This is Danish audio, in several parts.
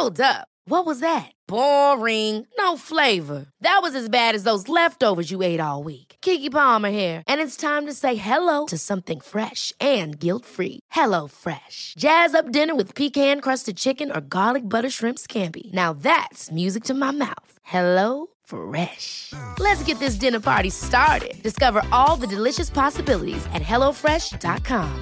Hold up. What was that? Boring. No flavor. That was as bad as those leftovers you ate all week. Keke Palmer here, and it's time to say hello to something fresh and guilt-free. Hello Fresh. Jazz up dinner with pecan-crusted chicken or garlic butter shrimp scampi. Now that's music to my mouth. Hello Fresh. Let's get this dinner party started. Discover all the delicious possibilities at hellofresh.com.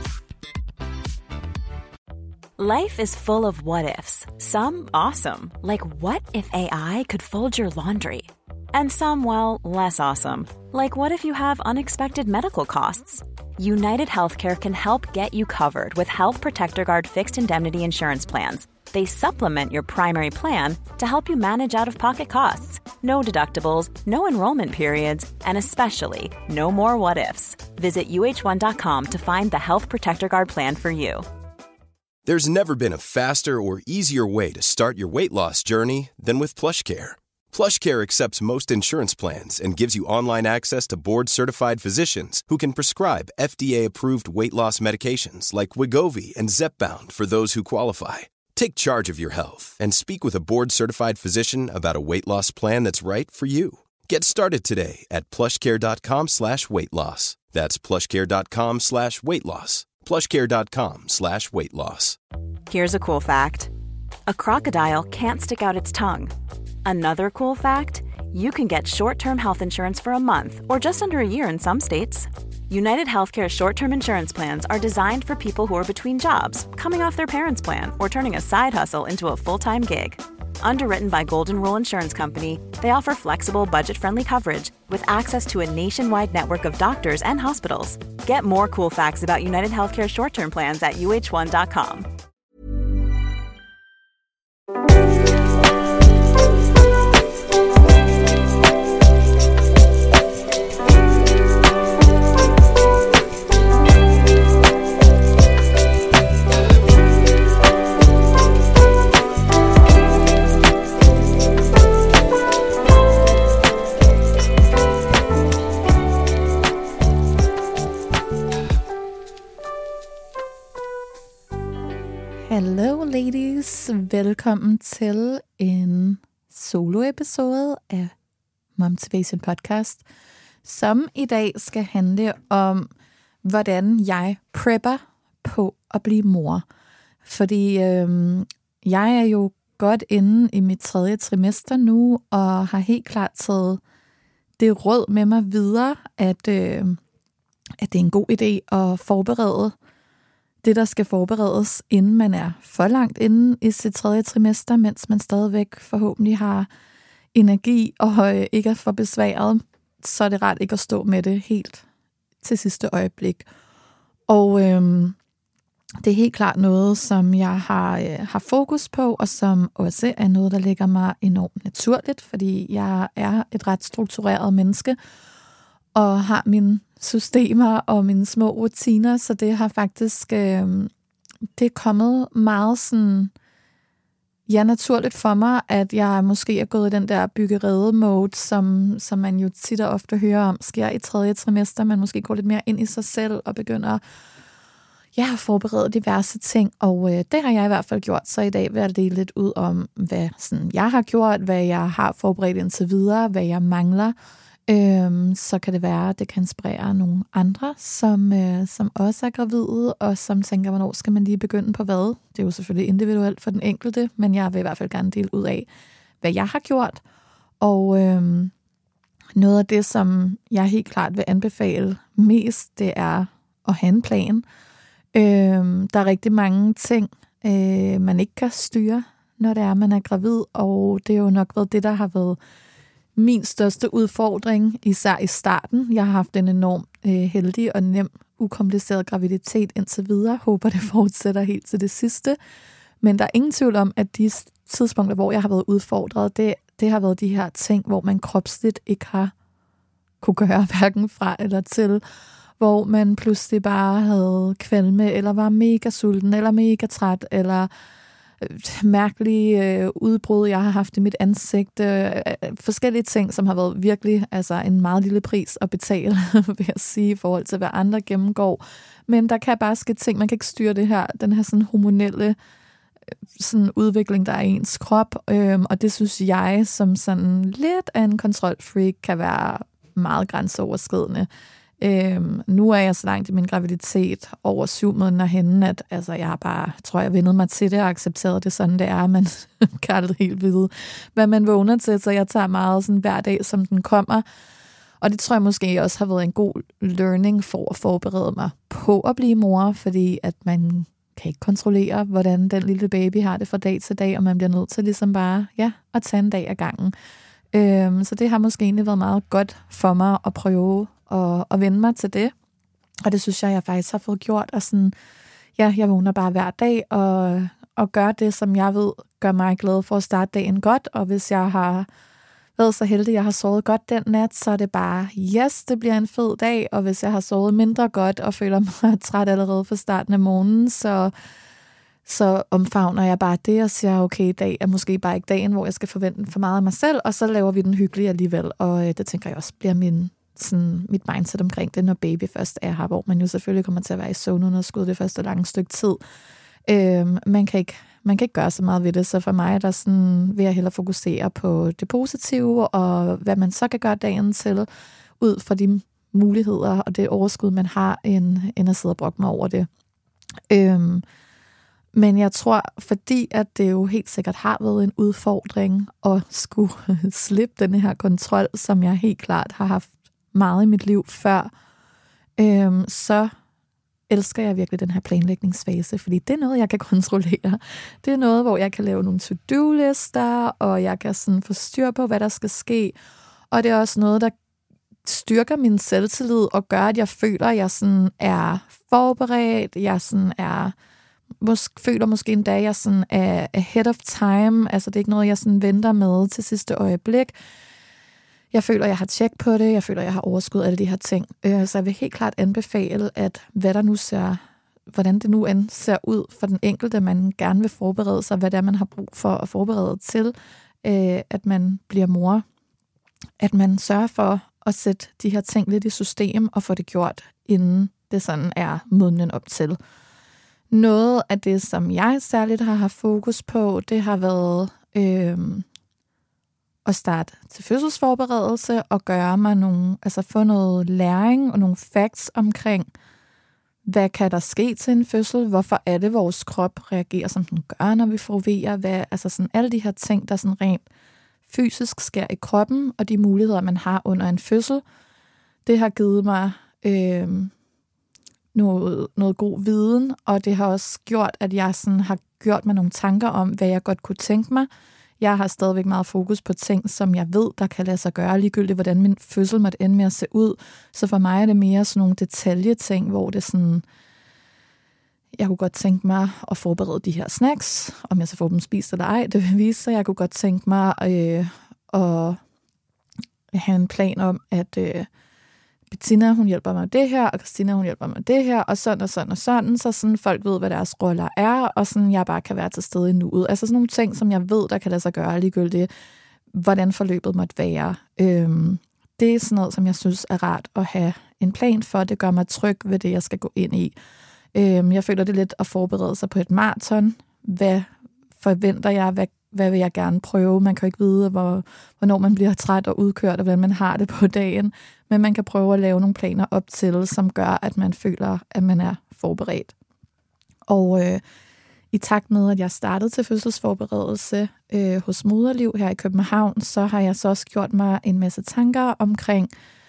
Life is full of what-ifs. Some awesome, like what if AI could fold your laundry? And some, well, less awesome, like what if you have unexpected medical costs? United Healthcare can help get you covered with Health Protector Guard fixed indemnity insurance plans. They supplement your primary plan to help you manage out-of-pocket costs. No deductibles, no enrollment periods, and especially no more what-ifs. Visit uh1.com to find the Health Protector Guard plan for you. There's never been a faster or easier way to start your weight loss journey than with PlushCare. PlushCare accepts most insurance plans and gives you online access to board-certified physicians who can prescribe FDA-approved weight loss medications like Wegovy and Zepbound for those who qualify. Take charge of your health and speak with a board-certified physician about a weight loss plan that's right for you. Get started today at plushcare.com/weightloss. That's plushcare.com/weightloss. plushcare.com/weightloss. Here's a cool fact. A crocodile can't stick out its tongue. Another cool fact, you can get short-term health insurance for a month or just under a year in some states. United Healthcare short-term insurance plans are designed for people who are between jobs, coming off their parents' plan, or turning a side hustle into a full-time gig. Underwritten by Golden Rule Insurance Company, they offer flexible, budget-friendly coverage with access to a nationwide network of doctors and hospitals. Get more cool facts about United Healthcare short-term plans at uh1.com. Hello ladies, velkommen til en solo-episode af Momtivation Podcast, som i dag skal handle om, hvordan jeg prepper på at blive mor. Fordi jeg er jo godt inde i mit 3. trimester nu, og har helt klart taget det råd med mig videre, at det er en god idé at forberede det, der skal forberedes, inden man er for langt inde i sit 3. trimester, mens man stadigvæk forhåbentlig har energi og ikke er for besværet, så er det rart ikke at stå med det helt til sidste øjeblik. Og det er helt klart noget, som jeg har fokus på, og som også er noget, der ligger mig enormt naturligt, fordi jeg er et ret struktureret menneske, og har mine systemer og mine små rutiner, så det har faktisk, det er kommet meget sådan, naturligt for mig, at jeg måske er gået i den der byggerede-mode, som man jo tit og ofte hører om, sker i 3. trimester, man måske går lidt mere ind i sig selv og begynder at forberede diverse ting, og det har jeg i hvert fald gjort, så i dag vil jeg dele lidt ud om, hvad sådan, jeg har gjort, hvad jeg har forberedt indtil videre, hvad jeg mangler. Så kan det være, at det kan inspirere nogle andre, som også er gravide, og som tænker, hvornår skal man lige begynde på hvad. Det er jo selvfølgelig individuelt for den enkelte, men jeg vil i hvert fald gerne dele ud af, hvad jeg har gjort. Og noget af det, som jeg helt klart vil anbefale mest, det er at have en plan. Der er rigtig mange ting, man ikke kan styre, når det er, man er gravid, og det er jo nok været det, der har været min største udfordring, især i starten. Jeg har haft en enormt heldig og nem, ukompliceret graviditet indtil videre. Håber, det fortsætter helt til det sidste. Men der er ingen tvivl om, at de tidspunkter, hvor jeg har været udfordret, det har været de her ting, hvor man kropsligt ikke har kunne gøre hverken fra eller til. Hvor man pludselig bare havde kvalme, eller var mega sulten, eller mega træt, eller mærkelige udbrud, jeg har haft i mit ansigt. Forskellige ting, som har været virkelig en meget lille pris at betale, vil jeg sige, i forhold til, hvad andre gennemgår. Men der kan bare ske ting, man kan ikke styre det her, den her sådan hormonelle sådan udvikling, der er i ens krop, og det synes jeg, som sådan lidt af en kontrolfreak, kan være meget grænseoverskridende. Nu er jeg så langt i min graviditet, over 7 måneder henne, at altså, jeg har bare, tror jeg, vendet mig til det og accepteret det, sådan det er. Man kan aldrig helt vide, hvad man vågner til, så jeg tager meget sådan hver dag, som den kommer. Og det tror jeg måske også har været en god learning for at forberede mig på at blive mor, fordi at man kan ikke kontrollere, hvordan den lille baby har det fra dag til dag, og man bliver nødt til ligesom bare, at tage en dag ad gangen. Så det har måske egentlig været meget godt for mig at prøve at vende mig til det. Og det synes jeg faktisk har fået gjort. Og sådan, jeg vågner bare hver dag og gør det, som jeg ved, gør mig glad for at starte dagen godt. Og hvis jeg har været så heldig, at jeg har sovet godt den nat, så er det bare, yes, det bliver en fed dag. Og hvis jeg har sovet mindre godt og føler mig træt allerede fra starten af morgenen, så omfavner jeg bare det og siger, okay, i dag er måske bare ikke dagen, hvor jeg skal forvente for meget af mig selv, og så laver vi den hyggelige alligevel. Og det tænker jeg også bliver mit mindset omkring det, når baby først er her, hvor man jo selvfølgelig kommer til at være i søvnunderskud det første lange stykke tid. Man kan ikke gøre så meget ved det, så for mig er der sådan, vil jeg hellere fokusere på det positive, og hvad man så kan gøre dagen til, ud fra de muligheder og det overskud, man har, end at sidde og brokke mig over det. Men jeg tror, fordi at det jo helt sikkert har været en udfordring at skulle slippe denne her kontrol, som jeg helt klart har haft meget i mit liv før, så elsker jeg virkelig den her planlægningsfase, fordi det er noget, jeg kan kontrollere. Det er noget, hvor jeg kan lave nogle to-do-lister, og jeg kan sådan få styr på, hvad der skal ske. Og det er også noget, der styrker min selvtillid og gør, at jeg føler, at jeg sådan er forberedt, jeg sådan føler måske en dag, at jeg sådan er ahead of time. Altså det er ikke noget, jeg sådan venter med til sidste øjeblik. Jeg føler, jeg har tjek på det. Jeg føler, jeg har overskud af alle de her ting. Så jeg vil helt klart anbefale, at hvordan det nu end ser ud for den enkelte, man gerne vil forberede sig, hvad det er, man har brug for at forberede til, at man bliver mor. At man sørger for at sætte de her ting lidt i system og få det gjort, inden det sådan er modnen op til. Noget af det, som jeg særligt har haft fokus på, det har været at starte til fødselsforberedelse og gøre mig få noget læring og nogle facts omkring, hvad kan der ske til en fødsel, hvorfor er det, vores krop reagerer, som den gør, når vi får vejer, alle de her ting, der sådan rent fysisk sker i kroppen, og de muligheder, man har under en fødsel. Det har givet mig noget god viden, og det har også gjort, at jeg sådan har gjort mig nogle tanker om, hvad jeg godt kunne tænke mig. Jeg har stadigvæk meget fokus på ting, som jeg ved, der kan lade sig gøre, ligegyldigt hvordan min fødsel måtte ende med at se ud. Så for mig er det mere sådan nogle detaljeting, hvor det sådan, jeg kunne godt tænke mig at forberede de her snacks, om jeg så får dem spist eller ej, det vil vise sig. Jeg kunne godt tænke mig at have en plan om, at Bettina, hun hjælper mig med det her, og Christina, hun hjælper mig med det her, og sådan og sådan og sådan, så sådan folk ved, hvad deres roller er, og sådan jeg bare kan være til stede i nuet. Altså sådan nogle ting, som jeg ved, der kan lade sig gøre ligegyldigt, hvordan forløbet måtte være. Det er sådan noget, som jeg synes er rart at have en plan for. Det gør mig tryg ved det, jeg skal gå ind i. Jeg føler det lidt at forberede sig på et maraton. Hvad forventer jeg? Hvad vil jeg gerne prøve? Man kan jo ikke vide, hvornår man bliver træt og udkørt, og hvordan man har det på dagen. Men man kan prøve at lave nogle planer op til, som gør, at man føler, at man er forberedt. Og i takt med, at jeg startede til fødselsforberedelse hos Moderliv her i København, så har jeg så også gjort mig en masse tanker omkring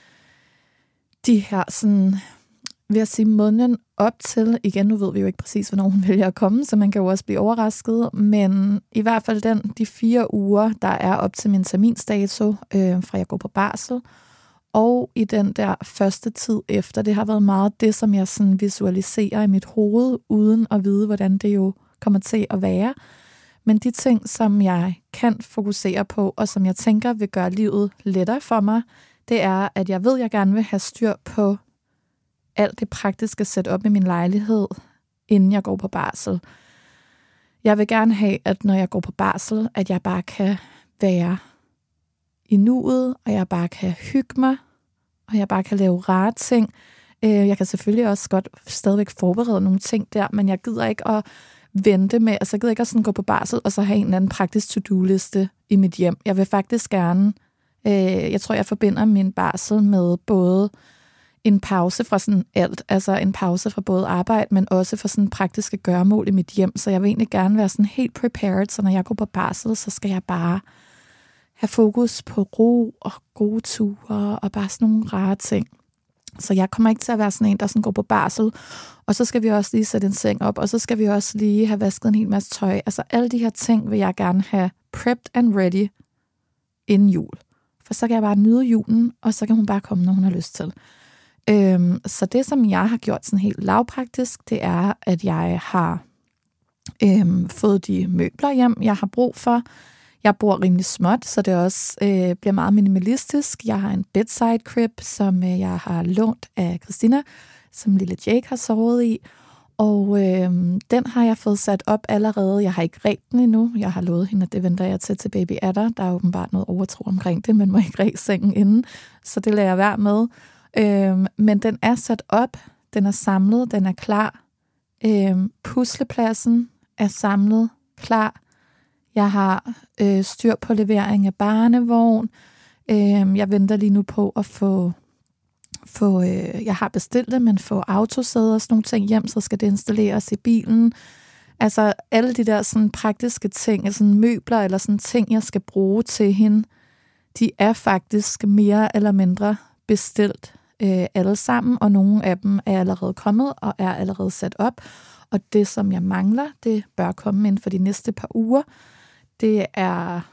de her sådan, vil jeg sige, måneden op til. Igen, nu ved vi jo ikke præcis, hvornår hun vælger at komme, så man kan jo også blive overrasket. Men i hvert fald de 4 uger, der er op til min terminsdato, fra jeg går på barsel, og i den der første tid efter, det har været meget det, som jeg sådan visualiserer i mit hoved, uden at vide, hvordan det jo kommer til at være. Men de ting, som jeg kan fokusere på, og som jeg tænker vil gøre livet lettere for mig, det er, at jeg ved, at jeg gerne vil have styr på alt det praktiske setup i min lejlighed, inden jeg går på barsel. Jeg vil gerne have, at når jeg går på barsel, at jeg bare kan være i nuet, og jeg bare kan hygge mig, og jeg bare kan lave rare ting. Jeg kan selvfølgelig også godt stadigvæk forberede nogle ting der, men jeg gider ikke at vente med, altså jeg gider ikke at sådan gå på barsel, og så have en eller anden praktisk to-do-liste i mit hjem. Jeg vil faktisk gerne, jeg tror, jeg forbinder min barsel med både en pause fra sådan alt, altså en pause fra både arbejde, men også for sådan praktiske gøremål i mit hjem. Så jeg vil egentlig gerne være sådan helt prepared, så når jeg går på barsel, så skal jeg bare have fokus på ro og gode ture og bare sådan nogle rare ting. Så jeg kommer ikke til at være sådan en, der sådan går på barsel, og så skal vi også lige sætte en seng op, og så skal vi også lige have vasket en hel masse tøj. Altså alle de her ting vil jeg gerne have prepped and ready inden jul. For så kan jeg bare nyde julen, og så kan hun bare komme, når hun har lyst til. Så det, som jeg har gjort sådan helt lavpraktisk, det er, at jeg har fået de møbler hjem, jeg har brug for. Jeg bor rimelig småt, så det også bliver meget minimalistisk. Jeg har en bedside crib, som jeg har lånt af Christina, som lille Jake har sovet i. Og den har jeg fået sat op allerede. Jeg har ikke ret den endnu. Jeg har lovet hende, at det venter jeg til baby er der. Der er åbenbart noget overtro omkring det, men må ikke række sengen inden. Så det lader jeg være med. Men den er sat op. Den er samlet. Den er klar. Puslepladsen er samlet. Klar. Jeg har styr på levering af barnevogn. Jeg venter lige nu på at få jeg har bestilt det, men få autosæder og sådan nogle ting hjem, så skal det installeres i bilen. Altså alle de der sådan praktiske ting, sådan møbler eller sådan ting, jeg skal bruge til hende, de er faktisk mere eller mindre bestilt alle sammen, og nogle af dem er allerede kommet og er allerede sat op. Og det, som jeg mangler, det bør komme inden for de næste par uger. Det er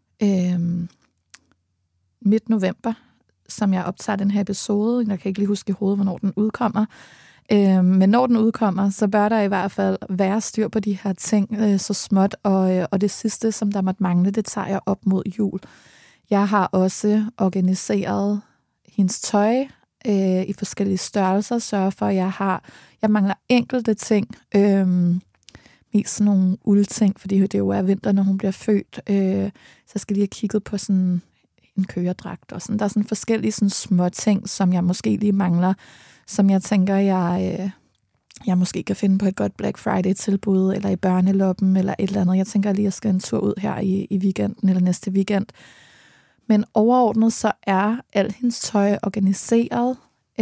midt november, som jeg optager den her episode. Jeg kan ikke lige huske i hovedet, hvornår den udkommer. Men når den udkommer, så bør der i hvert fald være styr på de her ting så småt. Og det sidste, som der måtte mangle, det tager jeg op mod jul. Jeg har også organiseret hendes tøj i forskellige størrelser. Sørger for, at jeg mangler enkelte ting. Mest sådan nogle uldting, fordi det jo er vinter, når hun bliver født. Så jeg skal lige have kigget på sådan en køredragt og sådan. Der er sådan forskellige sådan små ting, som jeg måske lige mangler, som jeg tænker, jeg måske kan finde på et godt Black Friday-tilbud, eller i børneloppen, eller et eller andet. Jeg tænker lige, at jeg skal en tur ud her i weekenden, eller næste weekend. Men overordnet, så er alt hendes tøj organiseret,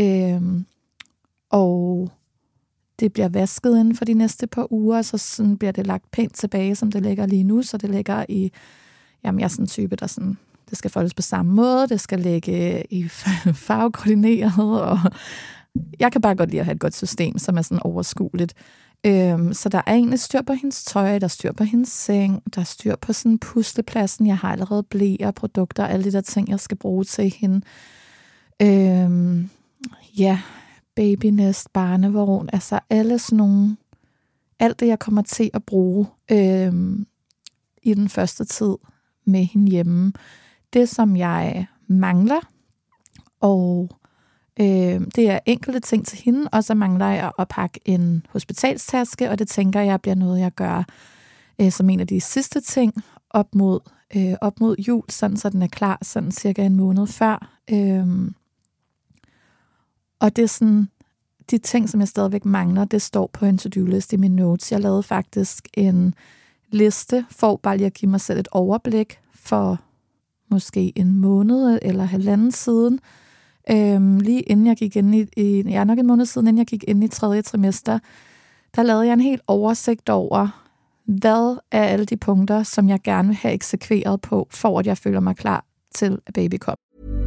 og det bliver vasket inden for de næste par uger, så sådan bliver det lagt pænt tilbage, som det ligger lige nu, så det ligger i, jamen jeg er sådan en type, der sådan, det skal foldes på samme måde, det skal ligge i farvekoordineret, og jeg kan bare godt lide at have et godt system, som er sådan overskueligt. Så der er egentlig styr på hendes tøj, der er styr på hendes seng, der er styr på sådan puslepladsen, jeg har allerede bleer, produkter, alle de der ting, jeg skal bruge til hende. Babynest, barnevogn, altså alle sådan nogle, alt det, jeg kommer til at bruge i den første tid med hende hjemme. Det, som jeg mangler, og det er enkelte ting til hende, og så mangler jeg at pakke en hospitalstaske, og det tænker jeg bliver noget, jeg gør som en af de sidste ting op mod jul, sådan så den er klar, sådan cirka en måned før. Og det er sådan, de ting, som jeg stadigvæk mangler, det står på en to-do-liste i mine notes. Jeg lavede faktisk en liste for bare lige at give mig selv et overblik for måske en måned eller halvanden siden. Lige inden jeg gik ind nok en måned siden, inden jeg gik ind i 3. trimester, der lavede jeg en helt oversigt over, hvad er alle de punkter, som jeg gerne vil have eksekveret på, for at jeg føler mig klar til at baby kommer.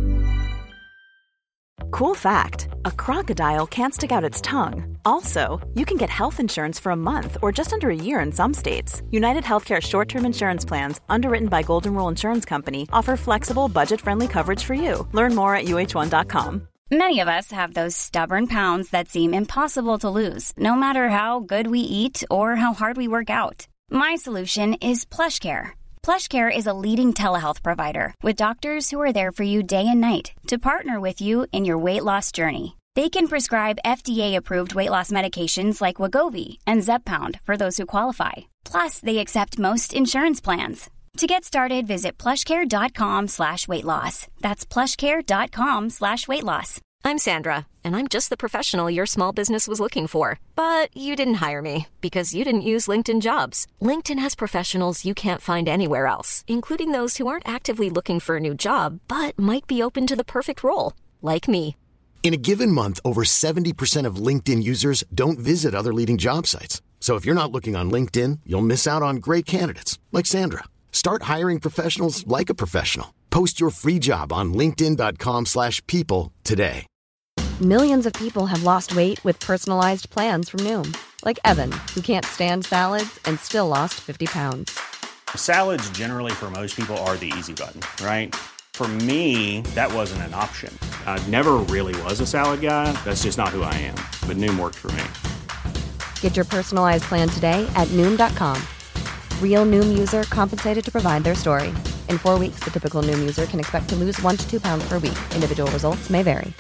Cool fact, a crocodile can't stick out its tongue. Also, you can get health insurance for a month or just under a year in some states. United Healthcare short-term insurance plans, underwritten by Golden Rule Insurance Company, offer flexible, budget-friendly coverage for you. Learn more at uh1.com. Many of us have those stubborn pounds that seem impossible to lose, no matter how good we eat or how hard we work out. My solution is PlushCare. PlushCare is a leading telehealth provider with doctors who are there for you day and night to partner with you in your weight loss journey. They can prescribe FDA-approved weight loss medications like Wegovy and Zepbound for those who qualify. Plus, they accept most insurance plans. To get started, visit plushcare.com/weightloss. That's plushcare.com/weightloss. I'm Sandra, and I'm just the professional your small business was looking for. But you didn't hire me because you didn't use LinkedIn Jobs. LinkedIn has professionals you can't find anywhere else, including those who aren't actively looking for a new job, but might be open to the perfect role, like me. In a given month, over 70% of LinkedIn users don't visit other leading job sites. So if you're not looking on LinkedIn, you'll miss out on great candidates like Sandra. Start hiring professionals like a professional. Post your free job on linkedin.com/people today. Millions of people have lost weight with personalized plans from Noom. Like Evan, who can't stand salads and still lost 50 pounds. Salads generally for most people are the easy button, right? For me, that wasn't an option. I never really was a salad guy. That's just not who I am. But Noom worked for me. Get your personalized plan today at Noom.com. Real Noom user compensated to provide their story. In 4 weeks, the typical Noom user can expect to lose 1 to 2 pounds per week. Individual results may vary.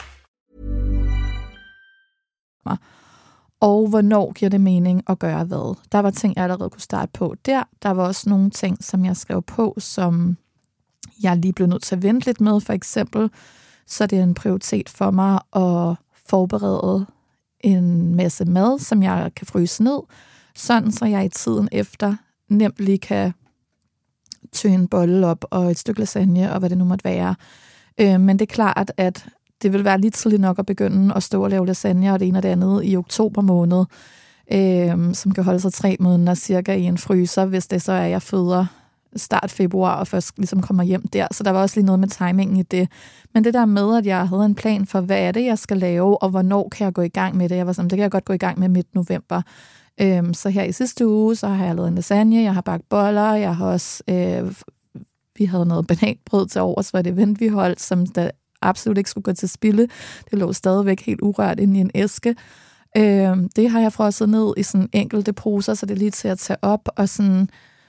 Og hvornår giver det mening at gøre hvad? Der var ting, jeg allerede kunne starte på der. Der var også nogle ting, som jeg skrev på, som jeg lige blev nødt til at vente lidt med. For eksempel, så det er en prioritet for mig at forberede en masse mad, som jeg kan fryse ned, sådan så jeg i tiden efter nemt lige kan tøge en bolle op og et stykke lasagne og hvad det nu måtte være. Men det er klart, at det vil være lidt tidligt nok at begynde at stå og lave lasagne og det ene og det andet i oktober måned, som kan holde sig 3 måneder cirka i en fryser, hvis det så er, jeg føder start februar og først ligesom kommer hjem der. Så der var også lige noget med timingen i det. Men det der med, at jeg havde en plan for, hvad er det, jeg skal lave, og hvornår kan jeg gå i gang med det. Jeg var sådan, det kan jeg godt gå i gang med midt november. Så her i sidste uge, så har jeg lavet en lasagne, jeg har bagt boller, jeg har også, vi havde noget bananbrød til overs for et event, vi holdt, som der absolut ikke skulle gå til spilde. Det lå stadigvæk helt urørt inde i en æske. Det har jeg frosset ned i sådan enkelte poser, så det er lige til at tage op, og sådan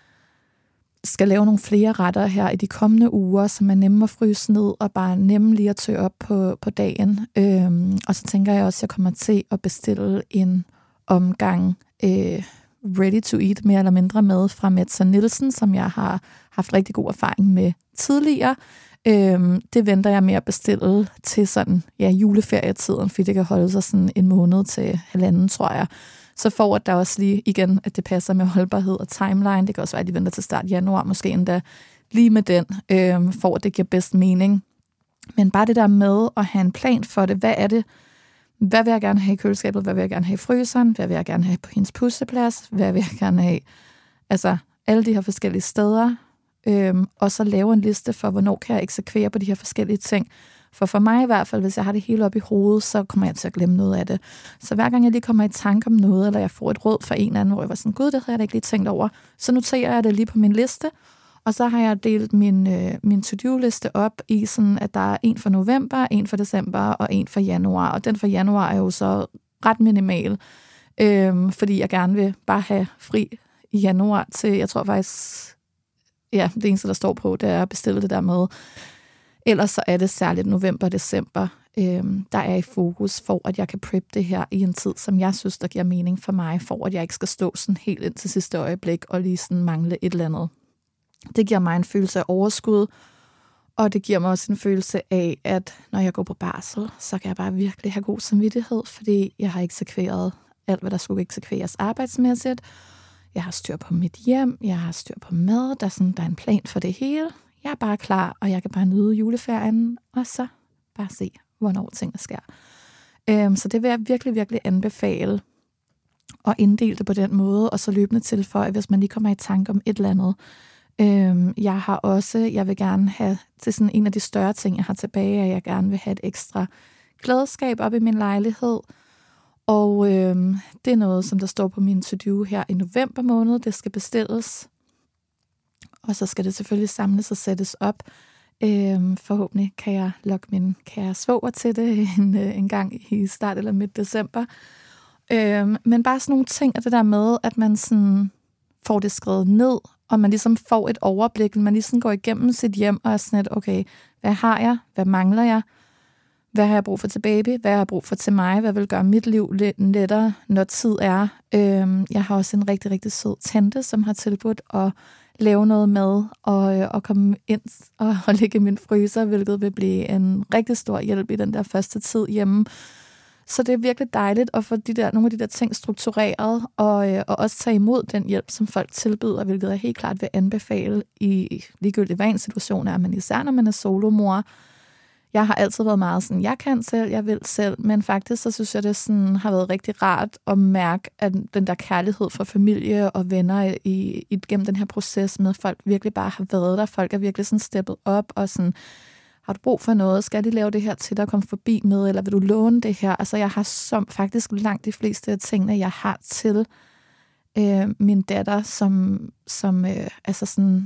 skal lave nogle flere retter her i de kommende uger, som er nemme at fryse ned, og bare nemme lige at tøje op på dagen. Og så tænker jeg også, at jeg kommer til at bestille en omgang ready to eat, mere eller mindre med fra Metzer Nielsen, som jeg har haft rigtig god erfaring med tidligere. Det venter jeg med at bestille til sådan, ja, juleferietiden, fordi det kan holde sig sådan en måned til 1,5, tror jeg. Så for at der også lige igen, at det passer med holdbarhed og timeline. Det kan også være, at de venter til start januar, måske endda lige med den, for at det giver bedst mening. Men bare det der med at have en plan for det. Hvad er det? Hvad vil jeg gerne have i køleskabet? Hvad vil jeg gerne have i fryseren? Hvad vil jeg gerne have på hendes pusseplads? Hvad vil jeg gerne have? Altså alle de her forskellige steder. Og så lave en liste for, hvornår kan jeg eksekvere på de her forskellige ting. For mig i hvert fald, hvis jeg har det hele op i hovedet, så kommer jeg til at glemme noget af det. Så hver gang jeg lige kommer i tanke om noget, eller jeg får et råd fra en eller anden, hvor jeg var sådan, gud, det havde jeg da ikke lige tænkt over, så noterer jeg det lige på min liste, og så har jeg delt min to-do-liste op i sådan, at der er en for november, en for december og en for januar. Og den for januar er jo så ret minimal, fordi jeg gerne vil bare have fri i januar til, jeg tror faktisk, ja, det eneste, der står på, det er at bestille det der med. Ellers så er det særligt november og december, der er i fokus for, at jeg kan prep det her i en tid, som jeg synes, der giver mening for mig, for at jeg ikke skal stå sådan helt ind til sidste øjeblik og lige sådan mangle et eller andet. Det giver mig en følelse af overskud, og det giver mig også en følelse af, at når jeg går på barsel, så kan jeg bare virkelig have god samvittighed, fordi jeg har eksekveret alt, hvad der skulle eksekveres arbejdsmæssigt. Jeg har styr på mit hjem, jeg har styr på mad, der er en plan for det hele. Jeg er bare klar, og jeg kan bare nyde juleferien, og så bare se, hvornår tingene sker. Så det vil jeg virkelig, virkelig anbefale at inddele det på den måde, og så løbende tilføje, hvis man lige kommer i tanke om et eller andet. Jeg vil gerne have, til sådan en af de større ting, jeg har tilbage, at jeg gerne vil have et ekstra klædeskab op i min lejlighed. Og det er noget, som der står på min to-do her i november måned. Det skal bestilles. Og så skal det selvfølgelig samles og sættes op. Forhåbentlig kan jeg lokke min kære svoger til det en gang i start eller midt december. Men bare sådan nogle ting, og det der med, at man sådan får det skrevet ned, og man ligesom får et overblik, man ligesom går igennem sit hjem og er sådan et, okay, hvad har jeg? Hvad mangler jeg? Hvad har jeg brug for til baby? Hvad har jeg brug for til mig? Hvad vil gøre mit liv lidt lettere, når tid er? Jeg har også en rigtig, rigtig sød tante, som har tilbudt at lave noget mad og komme ind og ligge i min fryser, hvilket vil blive en rigtig stor hjælp i den der første tid hjemme. Så det er virkelig dejligt at få nogle af de der ting struktureret, og også tage imod den hjælp, som folk tilbyder, hvilket jeg helt klart vil anbefale i ligegyldigt hvad en situation er, men især når man er solomor. Jeg har altid været meget sådan, jeg kan selv, jeg vil selv, men faktisk så synes jeg, det sådan, har været rigtig rart at mærke, at den der kærlighed for familie og venner gennem den her proces med, at folk virkelig bare har været der. Folk er virkelig sådan steppet op og sådan, har du brug for noget? Skal de lave det her til dig at komme forbi med, eller vil du låne det her? Altså jeg har faktisk langt de fleste af tingene, jeg har til min datter, som altså sådan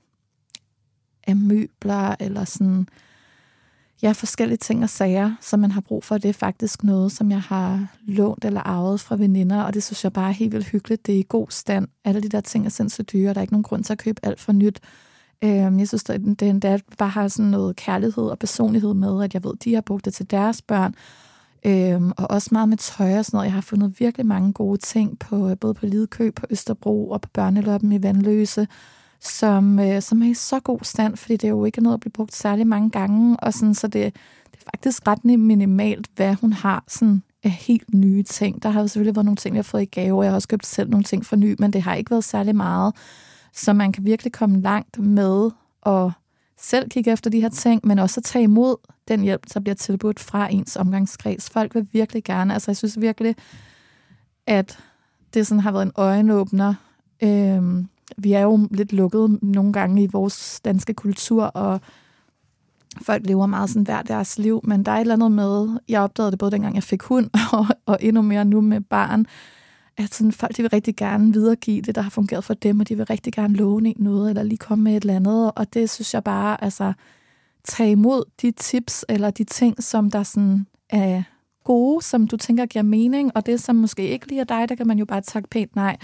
er møbler, eller sådan forskellige ting og sager, som man har brug for. Det er faktisk noget, som jeg har lånt eller arvet fra veninder, og det synes jeg bare er helt vildt hyggeligt. Det er i god stand. Alle de der ting er sindssygt dyre, der er ikke nogen grund til at købe alt for nyt. Jeg synes, det bare har sådan noget kærlighed og personlighed med, at jeg ved, de har brugt det til deres børn. Og også meget med tøj og sådan noget. Jeg har fundet virkelig mange gode ting, både på Lidekøb, på Østerbro og på Børneloppen i Vandløse, som er i så god stand, fordi det er jo ikke noget at blive brugt særlig mange gange. Og sådan, så det er faktisk ret minimalt, hvad hun har sådan af helt nye ting. Der har jo selvfølgelig været nogle ting, jeg har fået i gave, og jeg har også købt selv nogle ting for ny, men det har ikke været særlig meget. Så man kan virkelig komme langt med at selv kigge efter de her ting, men også at tage imod den hjælp, der bliver tilbudt fra ens omgangskreds. Folk vil virkelig gerne, altså jeg synes virkelig, at det sådan har været en øjenåbner. Vi er jo lidt lukket nogle gange i vores danske kultur, og folk lever meget sådan hver deres liv, men der er et eller andet med, jeg opdagede det både dengang jeg fik hund, og endnu mere nu med barn, at sådan, folk de vil rigtig gerne videregive det, der har fungeret for dem, og de vil rigtig gerne låne noget, eller lige komme med et eller andet, og det synes jeg bare, altså, tage imod de tips, eller de ting, som der sådan er gode, som du tænker giver mening, og det, som måske ikke lige er dig, der kan man jo bare takke pænt nej.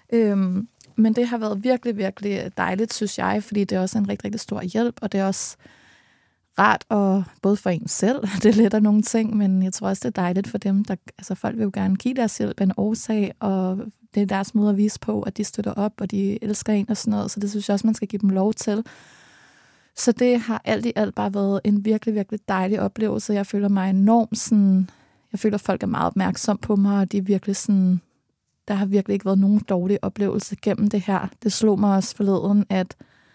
Men det har været virkelig, virkelig dejligt, synes jeg, fordi det er også en rigtig, rigtig stor hjælp, og det er også rart, og både for en selv, det letter nogle ting, men jeg tror også, det er dejligt for dem, der, altså folk vil jo gerne give deres hjælp en årsag, og det er deres måde at vise på, at de støtter op, og de elsker en og sådan noget, så det synes jeg også, man skal give dem lov til. Så det har alt i alt bare været en virkelig, virkelig dejlig oplevelse. Jeg føler mig enormt sådan, jeg føler, at folk er meget opmærksom på mig, og de er virkelig sådan, der har virkelig ikke været nogen dårlig oplevelse gennem det her. Det slog mig også forleden, at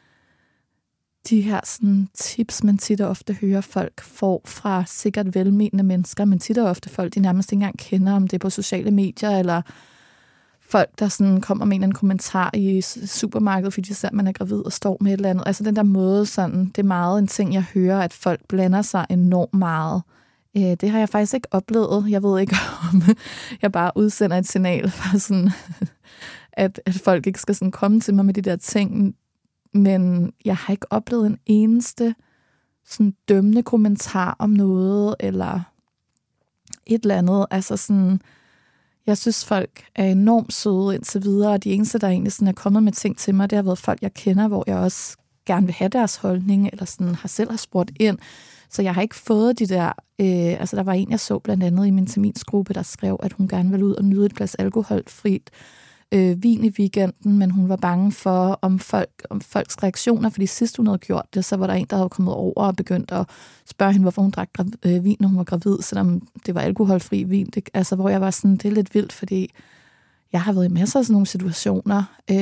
de her sådan, tips, man tit og ofte hører folk får fra sikkert velmenende mennesker, men tit og ofte folk, de nærmest ikke engang kender, om det er på sociale medier, eller folk, der sådan kommer med en kommentar i supermarkedet, fordi de ser, at man er gravid og står med et eller andet. Altså den der måde, sådan, det er meget en ting, jeg hører, at folk blander sig enormt meget. Det har jeg faktisk ikke oplevet. Jeg ved ikke, om jeg bare udsender et signal for sådan, at folk ikke skal sådan komme til mig med de der ting. Men jeg har ikke oplevet en eneste sådan dømmende kommentar om noget, eller et eller andet. Altså sådan, jeg synes, folk er enormt søde indtil videre, og de eneste, der egentlig sådan er kommet med ting til mig, det har været folk, jeg kender, hvor jeg også gerne vil have deres holdning, eller sådan selv har spurgt ind. Så jeg har ikke fået de der, altså der var en, jeg så blandt andet i min terminsgruppe, der skrev, at hun gerne ville ud og nyde et glas alkoholfrit vin i weekenden, men hun var bange for, om folks reaktioner, fordi sidst hun havde gjort det, så var der en, der havde kommet over og begyndt at spørge hende, hvorfor hun drak vin, når hun var gravid, selvom det var alkoholfri vin. Det, altså, hvor jeg var sådan, det er lidt vildt, fordi jeg har været i masser af sådan nogle situationer,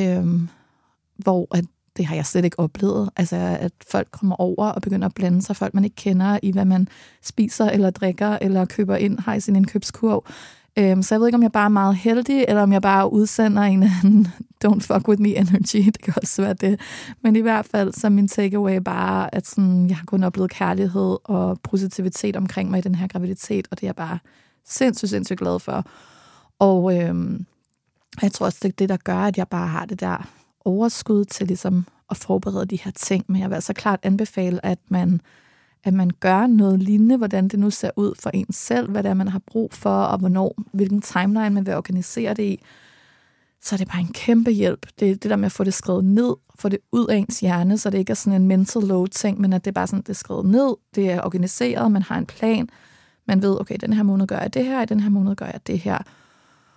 hvor at det har jeg slet ikke oplevet. Altså, at folk kommer over og begynder at blande sig, folk man ikke kender, i hvad man spiser eller drikker, eller køber ind, har i sin indkøbskurv. Så jeg ved ikke, om jeg bare er meget heldig, eller om jeg bare udsender en don't fuck with me energy. Det kan også være det. Men i hvert fald, så min takeaway bare, at sådan, jeg har kun oplevet kærlighed og positivitet omkring mig i den her graviditet, og det er jeg bare sindssygt glad for. Og jeg tror også, det er det, der gør, at jeg bare har det der overskud til ligesom at forberede de her ting. Men jeg vil altså klart anbefale, at man gør noget lignende, hvordan det nu ser ud for en selv, hvad det er, man har brug for, og hvilken timeline man vil organisere det i. Så er det bare en kæmpe hjælp. Det er det der med at få det skrevet ned, få det ud af ens hjerne, så det ikke er sådan en mental load-ting, men at det er bare sådan, det er skrevet ned, det er organiseret, man har en plan, man ved, okay, den her måned gør jeg det her, i den her måned gør jeg det her.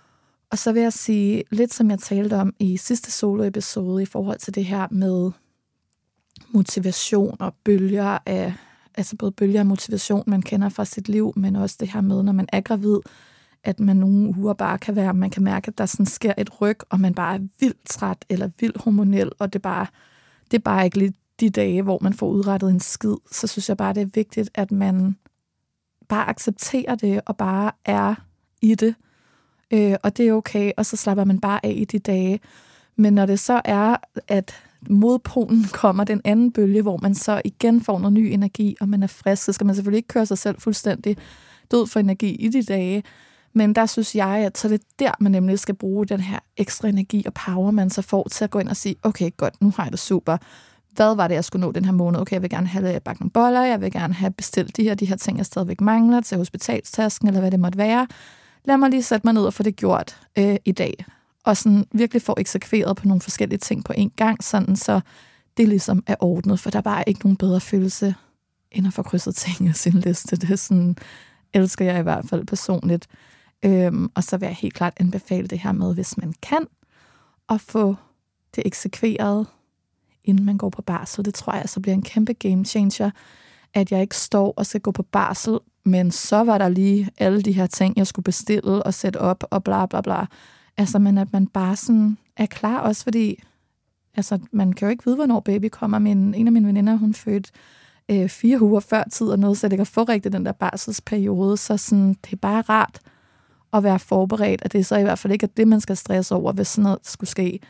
Og så vil jeg sige, lidt som jeg talte om i sidste solo-episode, i forhold til det her med motivation og bølger af, altså både bølger af motivation, man kender fra sit liv, men også det her med, når man er gravid, at man nogle uger bare kan være, man kan mærke, at der sådan sker et ryk, og man bare er vildt træt eller vildt hormonel, og det er bare ikke lige de dage, hvor man får udrettet en skid. Så synes jeg bare, det er vigtigt, at man bare accepterer det, og bare er i det. Og det er okay, og så slapper man bare af i de dage. Men når det så er, at modpolen kommer den anden bølge, hvor man så igen får noget ny energi, og man er frisk, så skal man selvfølgelig ikke køre sig selv fuldstændig død for energi i de dage. Men der synes jeg, at så det er der, man nemlig skal bruge den her ekstra energi og power, man så får til at gå ind og sige, okay, godt, nu har jeg det super. Hvad var det, jeg skulle nå den her måned? Okay, jeg vil gerne have bakke nogle boller, jeg vil gerne have bestilt de her ting, jeg stadigvæk mangler til hospitalstasken, eller hvad det måtte være. Lad mig lige sætte mig ned og få det gjort i dag. Og sådan virkelig få eksekveret på nogle forskellige ting på en gang, sådan så det ligesom er ordnet, for der er bare ikke nogen bedre følelse, end at få krydset ting af sin liste. Det er sådan, elsker jeg i hvert fald personligt. Og så vil jeg helt klart anbefale det her med, hvis man kan, at få det eksekveret, inden man går på barsel. Det tror jeg så bliver en kæmpe game changer, at jeg ikke står og skal gå på barsel, men så var der lige alle de her ting, jeg skulle bestille og sætte op og bla bla bla. Altså, men at man bare sådan er klar også, fordi altså, man kan jo ikke vide, hvornår baby kommer. En af mine veninder, hun fødte 4 uger før tid og noget, så jeg kan få rigtig den der barselsperiode. Så sådan, det er bare rart at være forberedt, at det så i hvert fald ikke er det, man skal stresse over, hvis sådan noget skulle ske.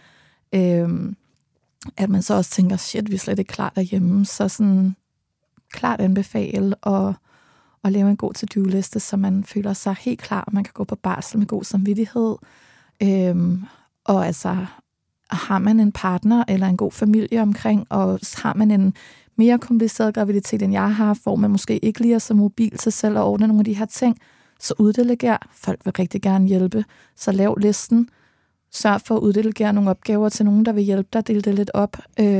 At man så også tænker, shit, vi er slet ikke klar derhjemme. Så sådan klart anbefale og lave en god to-do-liste, så man føler sig helt klar, og man kan gå på barsel med god samvittighed. Og altså, har man en partner eller en god familie omkring, og har man en mere kompliceret graviditet, end jeg har, hvor man måske ikke lige er så mobil til selv at ordne nogle af de her ting, så uddeleger. Folk vil rigtig gerne hjælpe, så lav listen. Sørg for at uddelegere nogle opgaver til nogen, der vil hjælpe dig, dele det lidt op.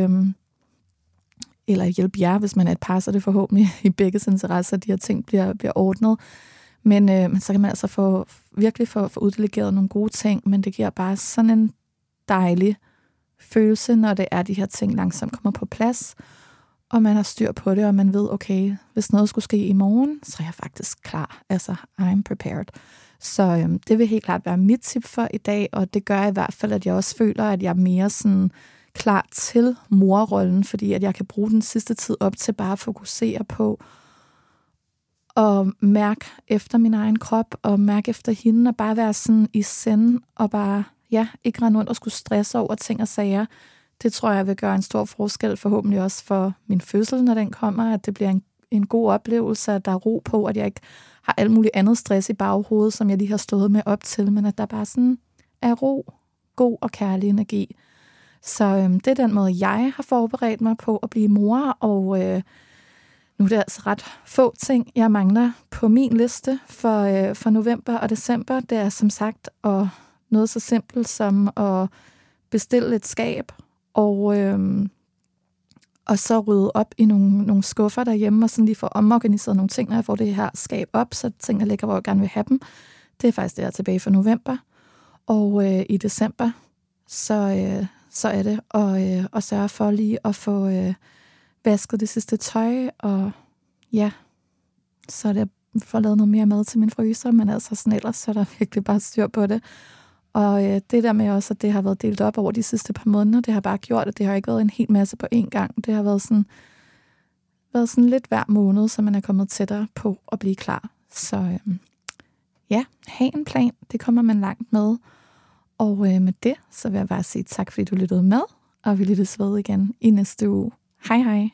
Eller hjælpe jer, hvis man er et par, så det forhåbentlig i begges interesse, at de her ting bliver ordnet. Men så kan man altså virkelig få uddelegeret nogle gode ting, men det giver bare sådan en dejlig følelse, når det er, de her ting langsomt kommer på plads, og man har styr på det, og man ved, okay, hvis noget skulle ske i morgen, så er jeg faktisk klar. Altså, I'm prepared. Så det vil helt klart være mit tip for i dag, og det gør i hvert fald, at jeg også føler, at jeg er mere sådan klar til morrollen, fordi at jeg kan bruge den sidste tid op til bare at fokusere på og mærke efter min egen krop, og mærke efter hende, og bare være sådan i send, og bare, ikke rende rundt og skulle stresse over ting og sager. Det tror jeg vil gøre en stor forskel, forhåbentlig også for min fødsel, når den kommer, at det bliver en god oplevelse, at der er ro på, at jeg ikke har alt muligt andet stress i baghovedet, som jeg lige har stået med op til, men at der bare sådan er ro, god og kærlig energi. Så det er den måde, jeg har forberedt mig på at blive mor, og nu er det altså ret få ting, jeg mangler på min liste for november og december. Det er som sagt noget så simpelt som at bestille et skab, og så rydde op i nogle skuffer derhjemme, og sådan lige få omorganiseret nogle ting, når jeg får det her skab op, så tingene ligger, hvor jeg gerne vil have dem. Det er faktisk det, jeg er tilbage for november. Og i december, så er det at sørge for lige at få vasket det sidste tøj, og så er det at få lavet noget mere mad til min fryser, men altså sådan ellers, så er der virkelig bare styr på det. Og det der med også, at det har været delt op over de sidste par måneder, det har bare gjort, at det har ikke været en hel masse på én gang. Det har været sådan lidt hver måned, så man er kommet tættere på at blive klar. Så have en plan, det kommer man langt med. Og med det, så vil jeg bare sige tak, fordi du lyttede med, og vi lyttes ved igen i næste uge. Hej hej!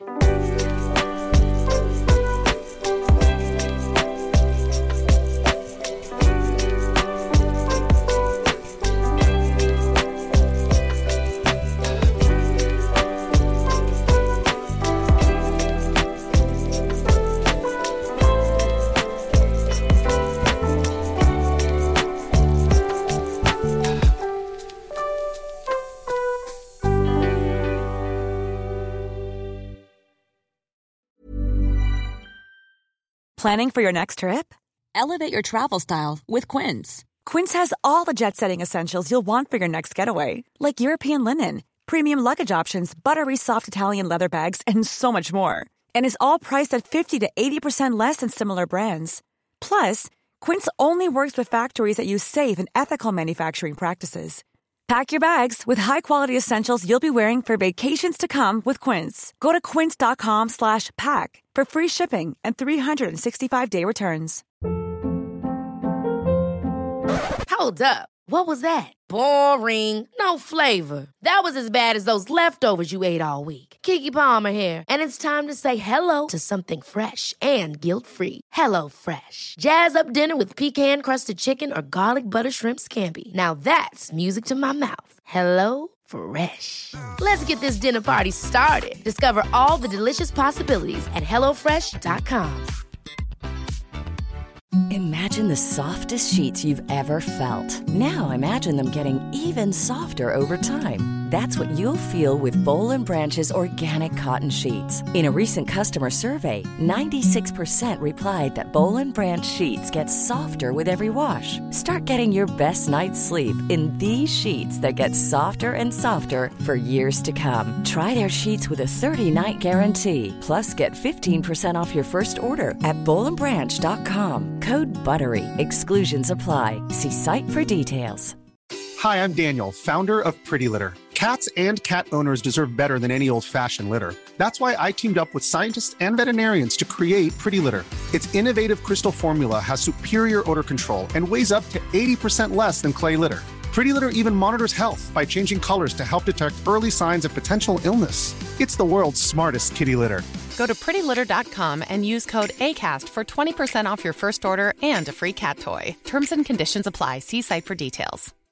Planning for your next trip? Elevate your travel style with Quince. Quince has all the jet-setting essentials you'll want for your next getaway, like European linen, premium luggage options, buttery soft Italian leather bags, and so much more. And is all priced at 50 to 80% less than similar brands. Plus, Quince only works with factories that use safe and ethical manufacturing practices. Pack your bags with high-quality essentials you'll be wearing for vacations to come with Quince. Go to quince.com/pack for free shipping and 365-day returns. Hold up. What was that? Boring. No flavor. That was as bad as those leftovers you ate all week. Keke Palmer here, and it's time to say hello to something fresh and guilt-free. Hello Fresh. Jazz up dinner with pecan-crusted chicken or garlic butter shrimp scampi. Now that's music to my mouth. Hello Fresh. Let's get this dinner party started. Discover all the delicious possibilities at hellofresh.com. Imagine the softest sheets you've ever felt. Now imagine them getting even softer over time. That's what you'll feel with Boll & Branch's organic cotton sheets. In a recent customer survey, 96% replied that Boll & Branch sheets get softer with every wash. Start getting your best night's sleep in these sheets that get softer and softer for years to come. Try their sheets with a 30-night guarantee. Plus, get 15% off your first order at bollandbranch.com. Code BUTTERY. Exclusions apply. See site for details. Hi, I'm Daniel, founder of Pretty Litter. Cats and cat owners deserve better than any old-fashioned litter. That's why I teamed up with scientists and veterinarians to create Pretty Litter. Its innovative crystal formula has superior odor control and weighs up to 80% less than clay litter. Pretty Litter even monitors health by changing colors to help detect early signs of potential illness. It's the world's smartest kitty litter. Go to prettylitter.com and use code ACAST for 20% off your first order and a free cat toy. Terms and conditions apply. See site for details.